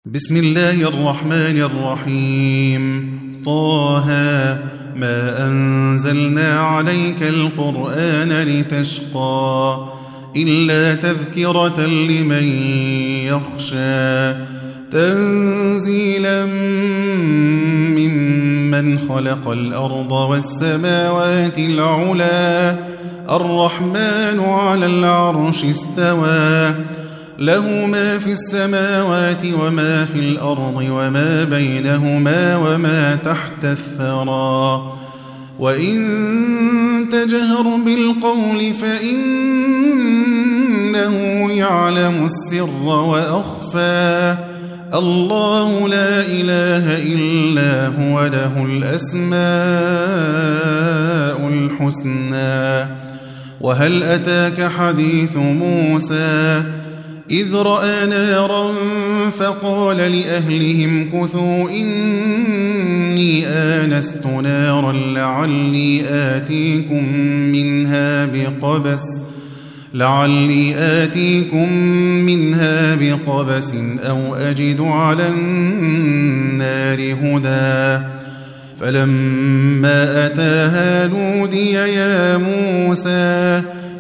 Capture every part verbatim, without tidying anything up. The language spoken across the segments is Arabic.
بسم الله الرحمن الرحيم. طه ما أنزلنا عليك القرآن لتشقى إلا تذكرة لمن يخشى تنزيلا ممن خلق الأرض والسماوات العلى الرحمن على العرش استوى له ما في السماوات وما في الأرض وما بينهما وما تحت الثرى وإن تجهر بالقول فإنه يعلم السر وأخفى الله لا إله إلا هو له الأسماء الحسنى. وهل أتاك حديث موسى إذ رأى نارا فقال لأهلهم كثوا إني آنست نارا لعلي آتيكم منها بقبس لعلي آتيكم منها بقبس أو أجد على النار هدى فلما أتاها نودي يا موسى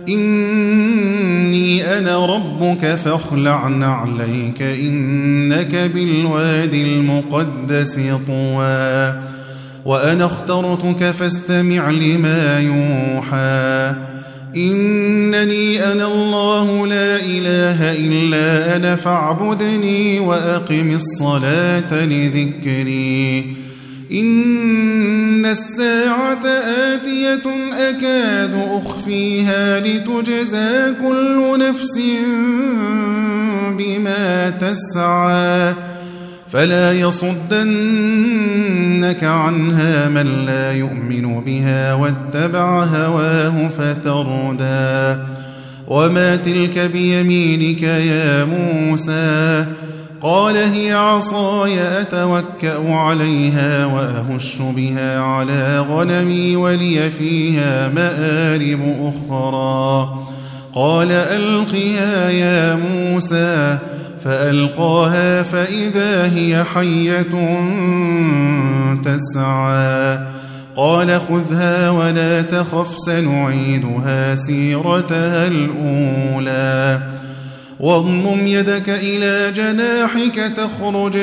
إني أنا ربك فاخلع نعليك إنك بالوادي المقدس طوى وأنا اخترتك فاستمع لما يوحى إنني أنا الله لا إله إلا أنا فاعبدني وأقم الصلاة لذكري إن الساعة آتية أكاد أخفيها لتجزى كل نفس بما تسعى فلا يصدنك عنها من لا يؤمن بها واتبع هواه فتردى وما تلك بيمينك يا موسى قال هي عصاي أتوكأ عليها وأهش بها على غنمي ولي فيها مآرب أخرى قال ألقها يا موسى فألقاها فإذا هي حية تسعى قال خذها ولا تخف سنعيدها سيرتها الأولى واضمم يدك إلى جناحك تخرج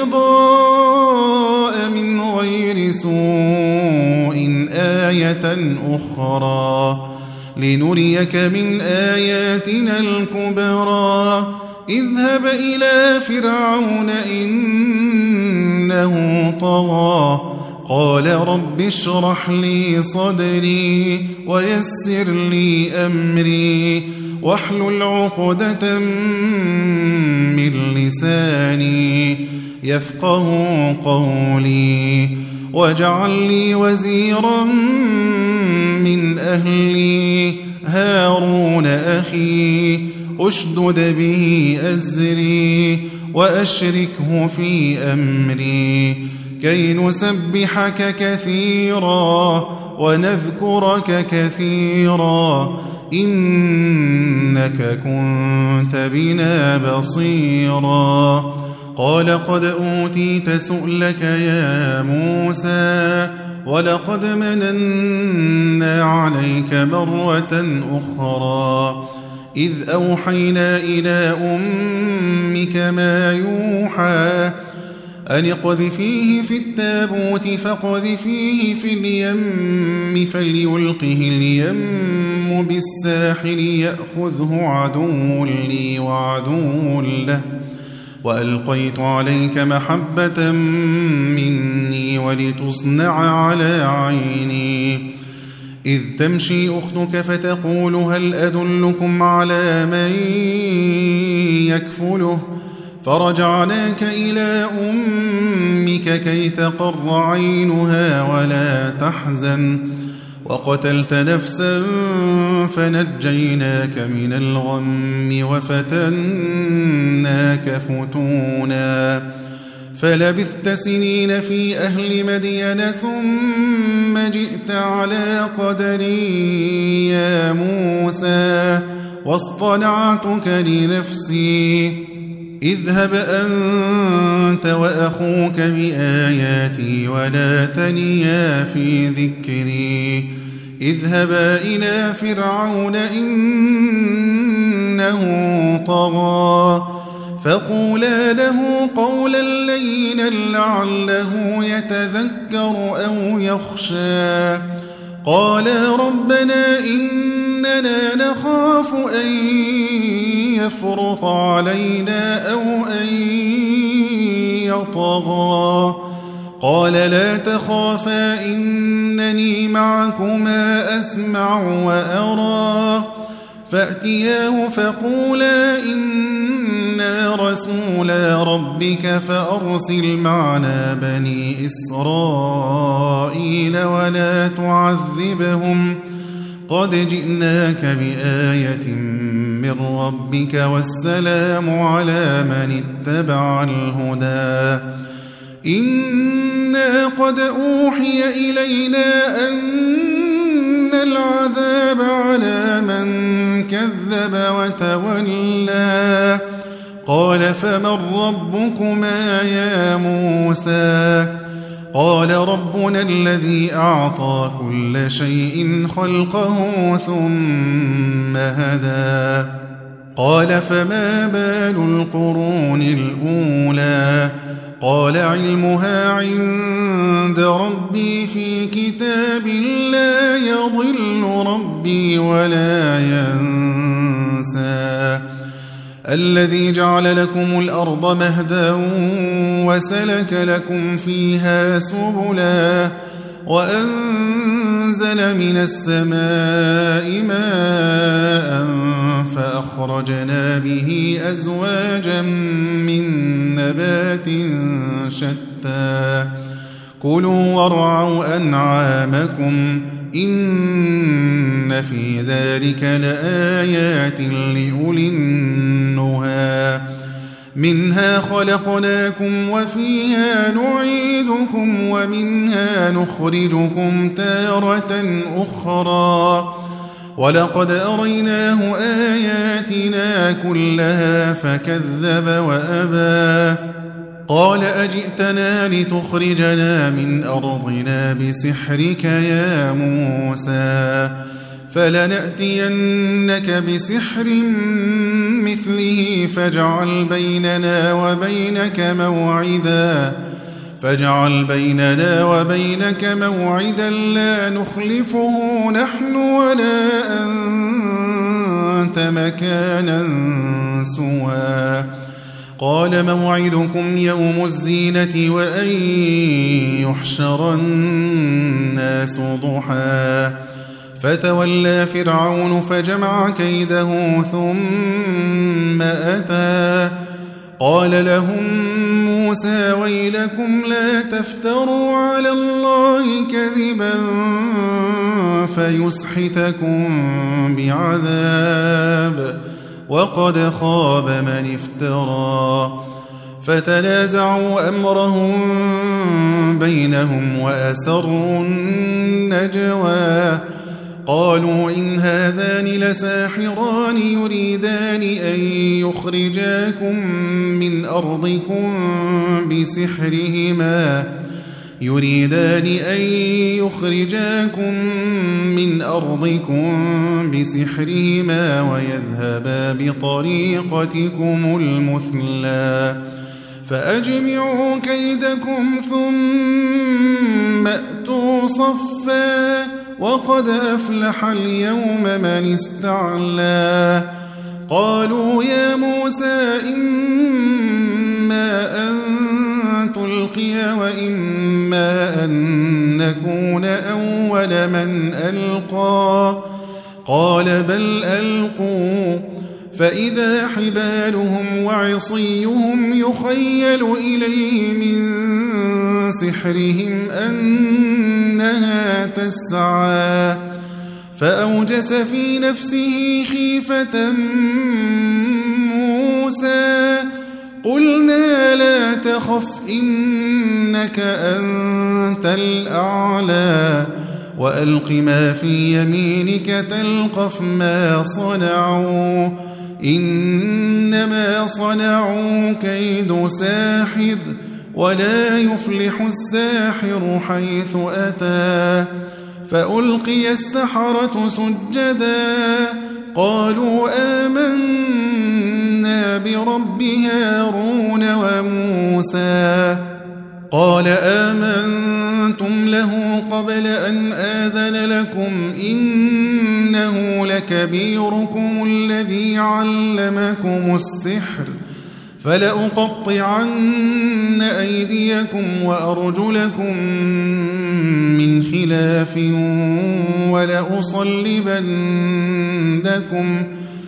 بيضاء من غير سوء آية أخرى لنريك من آياتنا الكبرى اذهب إلى فرعون إنه طغى قال رب اشرح لي صدري ويسر لي أمري واحلل عقدة من لساني يفقه قولي واجعل لي وزيرا من أهلي هارون أخي أشدد به أزري وأشركه في أمري كي نسبحك كثيرا ونذكرك كثيرا إنك كنت بنا بصيرا قال قد أوتيت سؤلك يا موسى ولقد مننا عليك مرة أخرى إذ أوحينا إلى أمك ما يوحى أن اقذفيه في التابوت فاقذفيه في اليم فليلقه اليم بالساحل يأخذه عدو لي وعدو له وألقيت عليك محبة مني ولتصنع على عيني إذ تمشي أختك فتقول هل أدلكم على من يكفله فرجعناك إلى أمك كي تقر عينها ولا تحزن وقتلت نفسا فنجيناك من الغم وفتناك فتونا فلبثت سنين في أهل مدين ثم جئت على قدري يا موسى واصطنعتك لنفسي اذهب أنت وأخوك بآياتي ولا تنيا في ذكري اذهبا إلى فرعون إنه طغى فقولا له قولا لينا لعله يتذكر أو يخشى قالا ربنا إننا نخاف أن يفرط علينا أو أن يطغى قال لا تخافا إنني معكما أسمع وأرى فأتياه فقولا إنا رسولا ربك فأرسل معنا بني إسرائيل ولا تعذبهم قد جئناك بآية من ربك والسلام على من اتبع الهدى إنا قد أوحي إلينا أن العذاب على من كذب وتولى قال فمن ربكما يا موسى قال ربنا الذي أعطى كل شيء خلقه ثم هدى قال فما بال القرون الأولى قال علمها عند ربي في كتاب لا يضل ربي ولا ينسى الذي جعل لكم الأرض مهدا وسلك لكم فيها سبلا وأنزل من السماء ماء فأخرجنا به أزواجا من نبات شتى كلوا وارعوا أنعامكم إن في ذلك لآيات لأولي النهى منها خلقناكم وفيها نعيدكم ومنها نخرجكم تارة أخرى ولقد أريناه آياتنا كلها فكذب وأبى قال أجئتنا لتخرجنا من أرضنا بسحرك يا موسى فلنأتينك بسحر مثله فاجعل بيننا وبينك موعدا فاجعل بيننا وبينك موعدا لا نخلفه نحن ولا أنت مكانا سوى قال موعدكم يوم الزينة وأن يحشر الناس ضحى فتولى فرعون فجمع كيده ثم أتى قال لهم موسى ويلكم لا تفتروا على الله كذبا فيسحتكم بعذاب وقد خاب من افترى فتنازعوا أمرهم بينهم وأسروا النجوى قالوا إن هذان لساحران يريدان أن يخرجاكم من أرضكم بسحرهما يريدان أن يخرجاكم من أرضكم بسحرهما ويذهبا بطريقتكم المثلى فأجمعوا كيدكم ثم أتوا صفا وقد أفلح اليوم من استعلى قالوا يا موسى إما أن تلقي وإما أن نكون أول من ألقى قال بل ألقوا فإذا حبالهم وعصيهم يخيل إليه من سحرهم أنها تسعى فأوجس في نفسه خيفة موسى قلنا لا تخف إنك أنت الأعلى وألق ما في يمينك تلقف ما صنعوا إنما صنعوا كيد ساحر ولا يفلح الساحر حيث أتى فألقي السحرة سجدا قالوا آمنا برب هارون وموسى قال آمنتم له قبل أن آذن لكم إنه لكبيركم الذي علمكم السحر فلأقطعن أيديكم وأرجلكم من خلاف ولأصلبنكم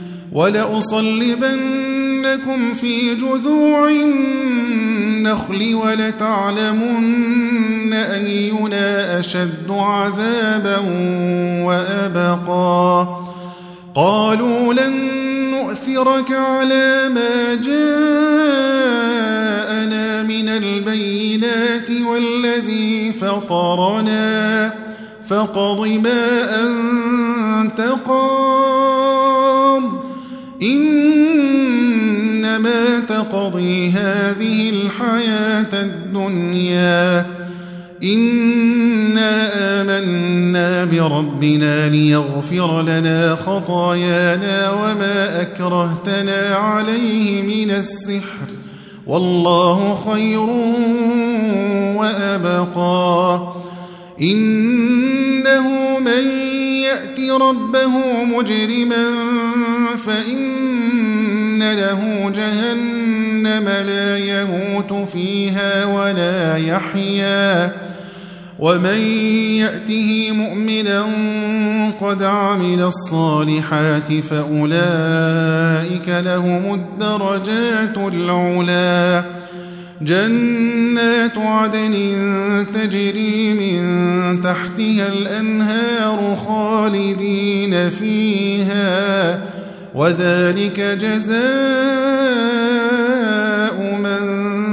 ولأصلبنكم في جذوع النخل ولتعلمن أينا أشد عذابا وأبقى قالوا لن نؤثرك على ما جاءنا من البينات والذي فطرنا فاقض ما أنت قاض إنما تقضي هذه الحياة الدنيا إنا آمنا بربنا ليغفر لنا خطايانا وما أكرهتنا عليه من السحر والله خير وأبقى إنه من يأت ربه مجرما فإن له جهنم لا يموت فيها ولا يحيا ومن يأته مؤمنا قد عمل الصالحات فأولئك لهم الدرجات العلا جنات عدن تجري من تحتها الأنهار خالدين فيها وذلك جزاء من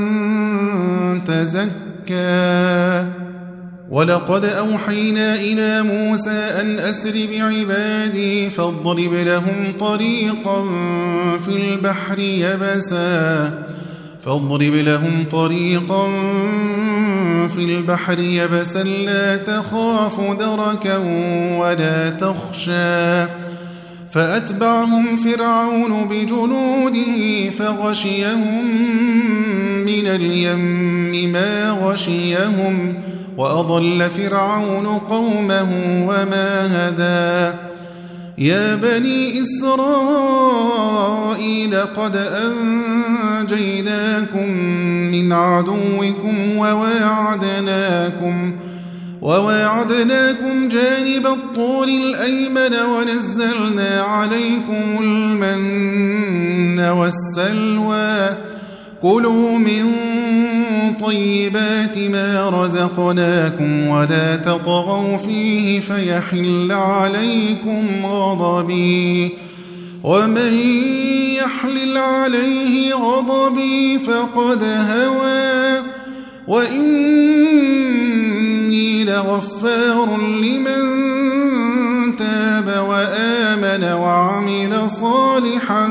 تزكى ولقد أوحينا إلى موسى أن أسر بعبادي فاضرب لهم طريقا في البحر يبسا فاضرب لهم طريقا في البحر يبسا لا تخاف دركا ولا تخشى فأتبعهم فرعون بجنوده فغشيهم من اليم ما غشيهم وأضل فرعون قومه وما هدى يا بني إسرائيل قد أنجيناكم من عدوكم وواعدناكم وواعدناكم جانب الطور الأيمن ونزلنا عليكم المن والسلوى كلوا من طيبات ما رزقناكم ولا تطغوا فيه فيحل عليكم غضبي ومن يحلل عليه غضبي فقد هوى وإني لغفار لمن تاب وآمن وعمل صالحا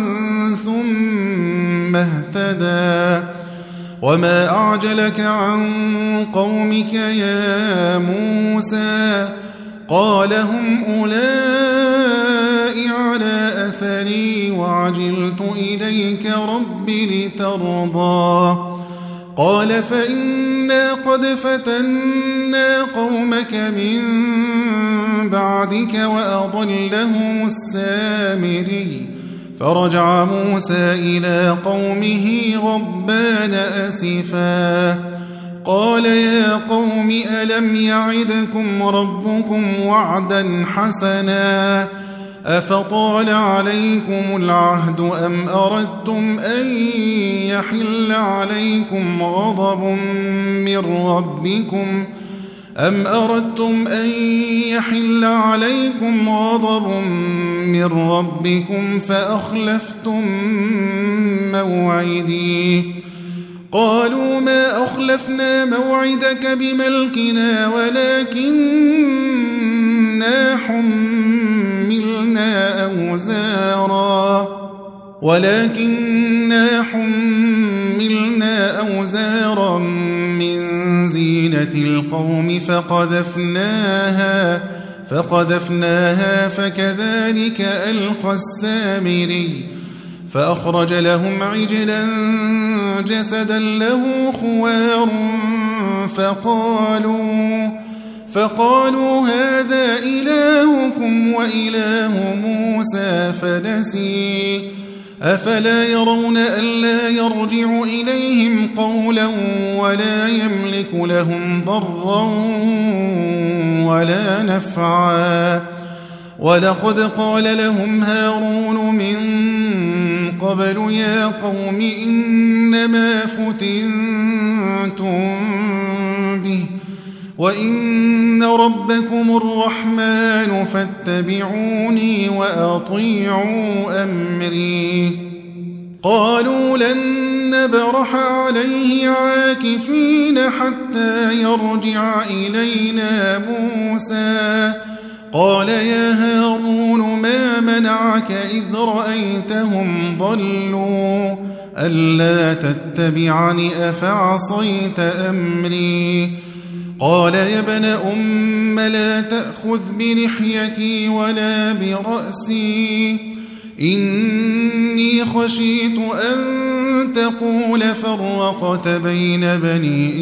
ثم اهتدى وما أعجلك عن قومك يا موسى قال هم أولئك على أثري وعجلت إليك رب لترضى قال فإنا قد فتنا قومك من بعدك وأضلهم السامري فرجع موسى إلى قومه غضبان أسفا قال يا قوم ألم يعدكم ربكم وعدا حسنا أفطال عليكم العهد أم أردتم أن يحل عليكم غضب من ربكم أم أردتم أن يحل عليكم غضب من ربكم فأخلفتم موعدي قالوا ما أخلفنا موعدك بملكنا ولكننا حملنا أوزارا ولكننا حملنا أوزارا من زينة القوم فقذفناها فقذفناها فكذلك ألقى السامري فأخرج لهم عجلا جسدا له خوار فقالوا فقالوا هذا إلهكم وإله موسى فنسي أفلا يرون ألا يرجع إليهم قولا ولا يملك لهم ضرا ولا نفعا ولقد قال لهم هارون من قبل يا قوم إنما فتنتم به وإن ربكم الرحمن فاتبعوني وأطيعوا أمري قالوا لن نبرح عليه عاكفين حتى يرجع إلينا موسى قال يا هارون ما منعك إذ رأيتهم ضلوا ألا تتبعني أفعصيت أمري قال يا ابن أم لا تأخذ بلحيتي ولا برأسي إني خشيت أن تقول فرقت بين بني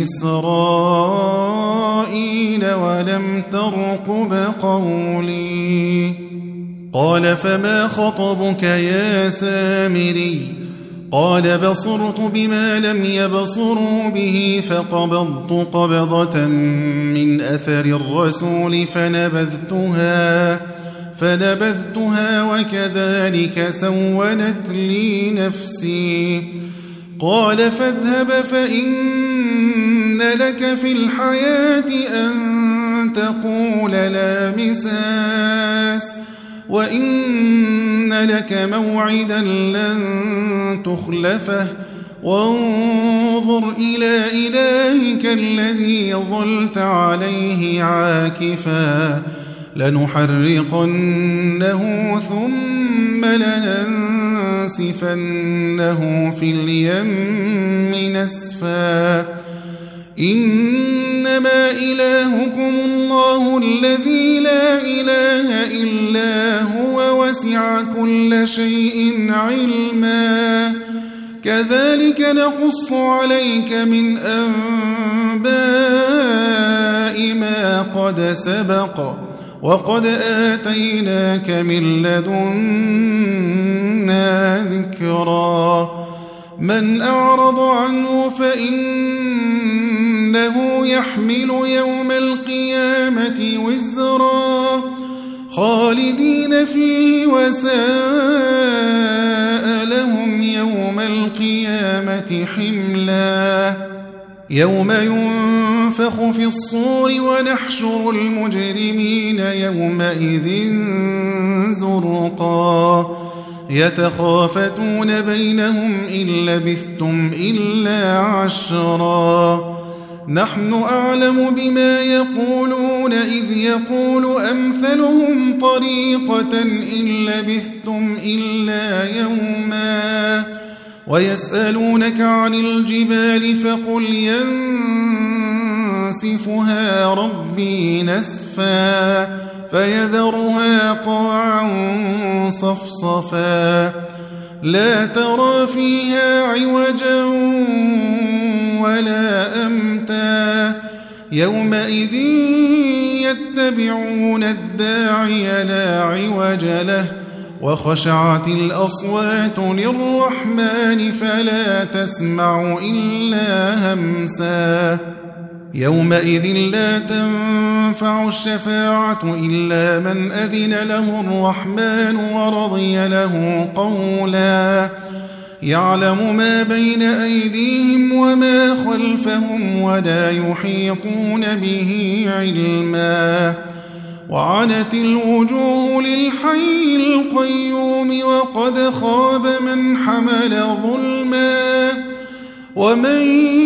إسرائيل ولم ترقب قولي قال فما خطبك يا سامري قال بصرت بما لم يبصروا به فقبضت قبضة من أثر الرسول فنبذتها فنبذتها وكذلك سولت لي نفسي قال فاذهب فإن لك في الحياة أن تقول لا مساس وإن لك موعدا لن تخلفه وانظر إلى إلهك الذي ظلت عليه عاكفا لنحرقنه ثم لننسفنه في اليم نسفا إنما إلهكم الله الذي لا إله إلا هو وسع كل شيء علما كذلك نقص عليك من أنباء ما قد سبق وقد آتيناك من لدنا ذكرا من أعرض عنه فإنه يحمل يوم القيامة وزرا خالدين فيه وساء لهم يوم القيامة حملا يوم ينفخ في الصور ونحشر المجرمين يومئذ زرقا يتخافتون بينهم إن لبثتم إلا عشرا نحن أعلم بما يقولون إذ يقول أمثلهم طريقة إن لبثتم إلا يوما ويسألونك عن الجبال فقل ينسفها ربي نسفا فيذرها قاعا صفصفا لا ترى فيها عوجا ولا أمتا يومئذ يتبعون الداعي لا عوج له وخشعت الأصوات للرحمن فلا تسمع إلا همسا يومئذ لا تنفع الشفاعة إلا من أذن له الرحمن ورضي له قولا يعلم ما بين أيديهم وما خلفهم ولا يحيطون به علما وعنت الوجوه للحي القيوم وقد خاب من حمل ظلما ومن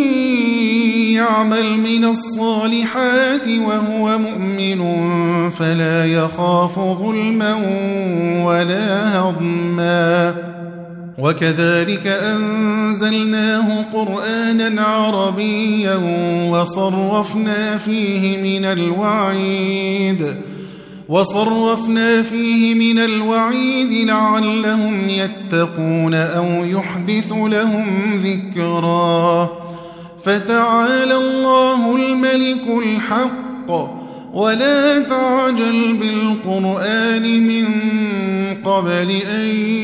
يعمل من الصالحات وهو مؤمن فلا يخاف ظلما ولا هضما وكذلك أنزلناه قرآنا عربيا وصرفنا فيه من الوعيد وصرفنا فيه من الوعيد لعلهم يتقون أو يحدث لهم ذكرا. فتعالى الله الملك الحق ولا تعجل بالقرآن من قبل أن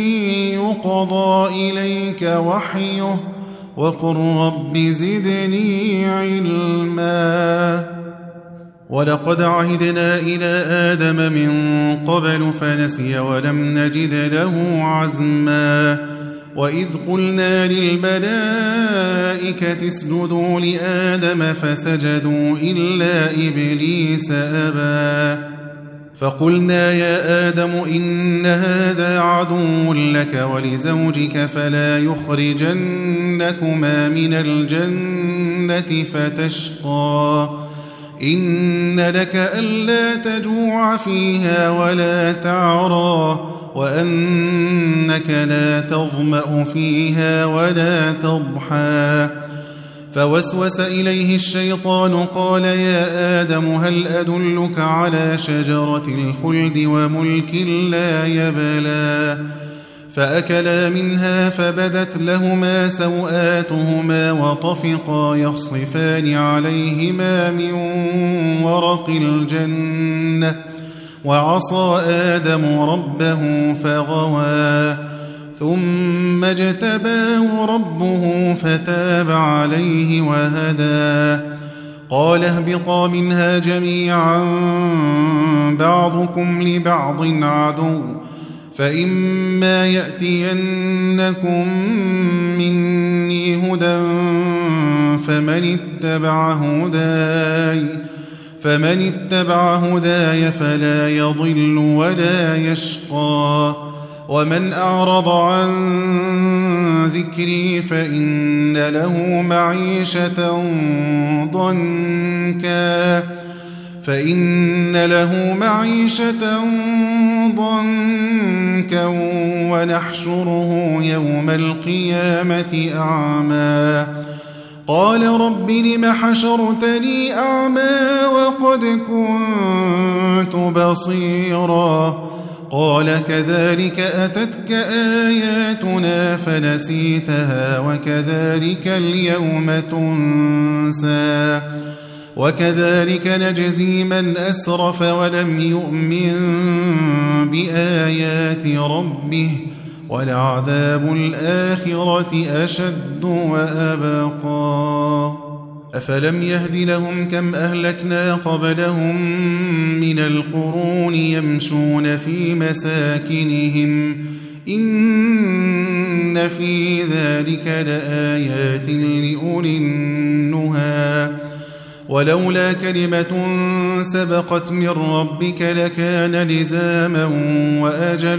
يقضى إليك وحيه وقل رب زدني علما. ولقد عهدنا إلى آدم من قبل فنسي ولم نجد له عزما. وإذ قلنا للملائكة اسجدوا لآدم فسجدوا إلا إبليس أبى. فقلنا يا آدم إن هذا عدو لك ولزوجك فلا يخرجنكما من الجنة فتشقى. إن لك ألا تجوع فيها ولا تعرى وأنك لا تظمأ فيها ولا تضحى. فوسوس إليه الشيطان قال يا آدم هل أدلك على شجرة الخلد وملك لا يبلى. فأكلا منها فبدت لهما سوآتهما وطفقا يخصفان عليهما من ورق الجنة وعصى آدم ربه فغوى. ثم اجتباه ربه فتاب عليه وهدى. قال اهبطا منها جميعا بعضكم لبعض عدو فإما يأتينكم مني هدى فمن اتبع هداي فمن اتبع هداي فلا يضل ولا يشقى. ومن أعرض عن ذكري فإن له معيشة ضنكا فإن له معيشة ضنكا ونحشره يوم القيامة أعمى. قال رب لم حشرتني أعمى وقد كنت بصيرا. قال كذلك أتتك آياتنا فنسيتها وكذلك اليوم تنسى. وكذلك نجزي من أسرف ولم يؤمن بآيات ربه ولعذاب الآخرة أشد وأبقى. أفلم يهد لهم كم أهلكنا قبلهم من القرون يمشون في مساكنهم إن في ذلك لآيات لأولي النهى. ولولا كلمة سبقت من ربك لكان لزاما وأجل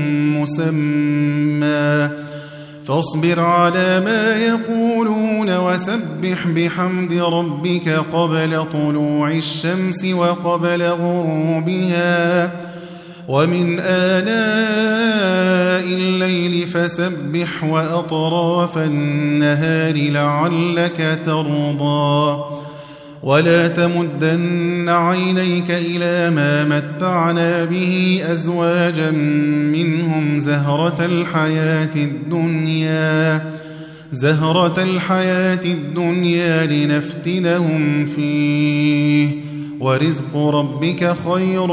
مسمى. فاصبر على ما يقولون وسبح بحمد ربك قبل طلوع الشمس وقبل غروبها ومن آلاء الليل فسبح وأطراف النهار لعلك ترضى. ولا تمدن عينيك إلى ما متعنا به أزواجا منهم زهرة الحياة الدنيا زهرة الحياة الدنيا لنفتنهم فيه ورزق ربك خير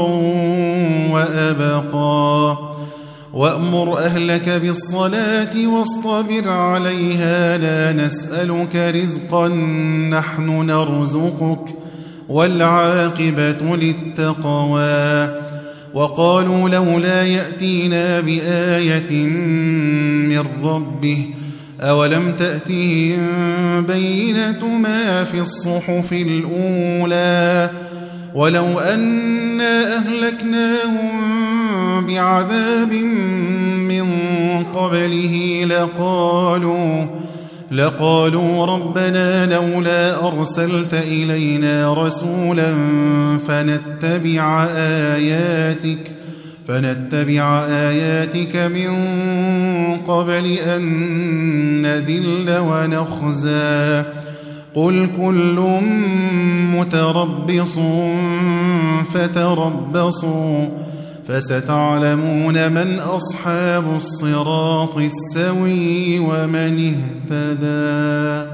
وأبقى. وأمر أهلك بالصلاة واصطبر عليها لا نسألك رزقا نحن نرزقك والعاقبة للتقوى. وقالوا لولا يأتينا بآية من ربه أولم تأتهم بينة ما في الصحف الأولى ولو أنا أهلكناهم بعذاب من قبله لقالوا لقالوا ربنا لولا أرسلت إلينا رسولا فنتبع آياتك فنتبع آياتك من قبل أن نذل ونخزى قل كل متربص فتربصوا فستعلمون من أصحاب الصراط السوي ومن اهتدى.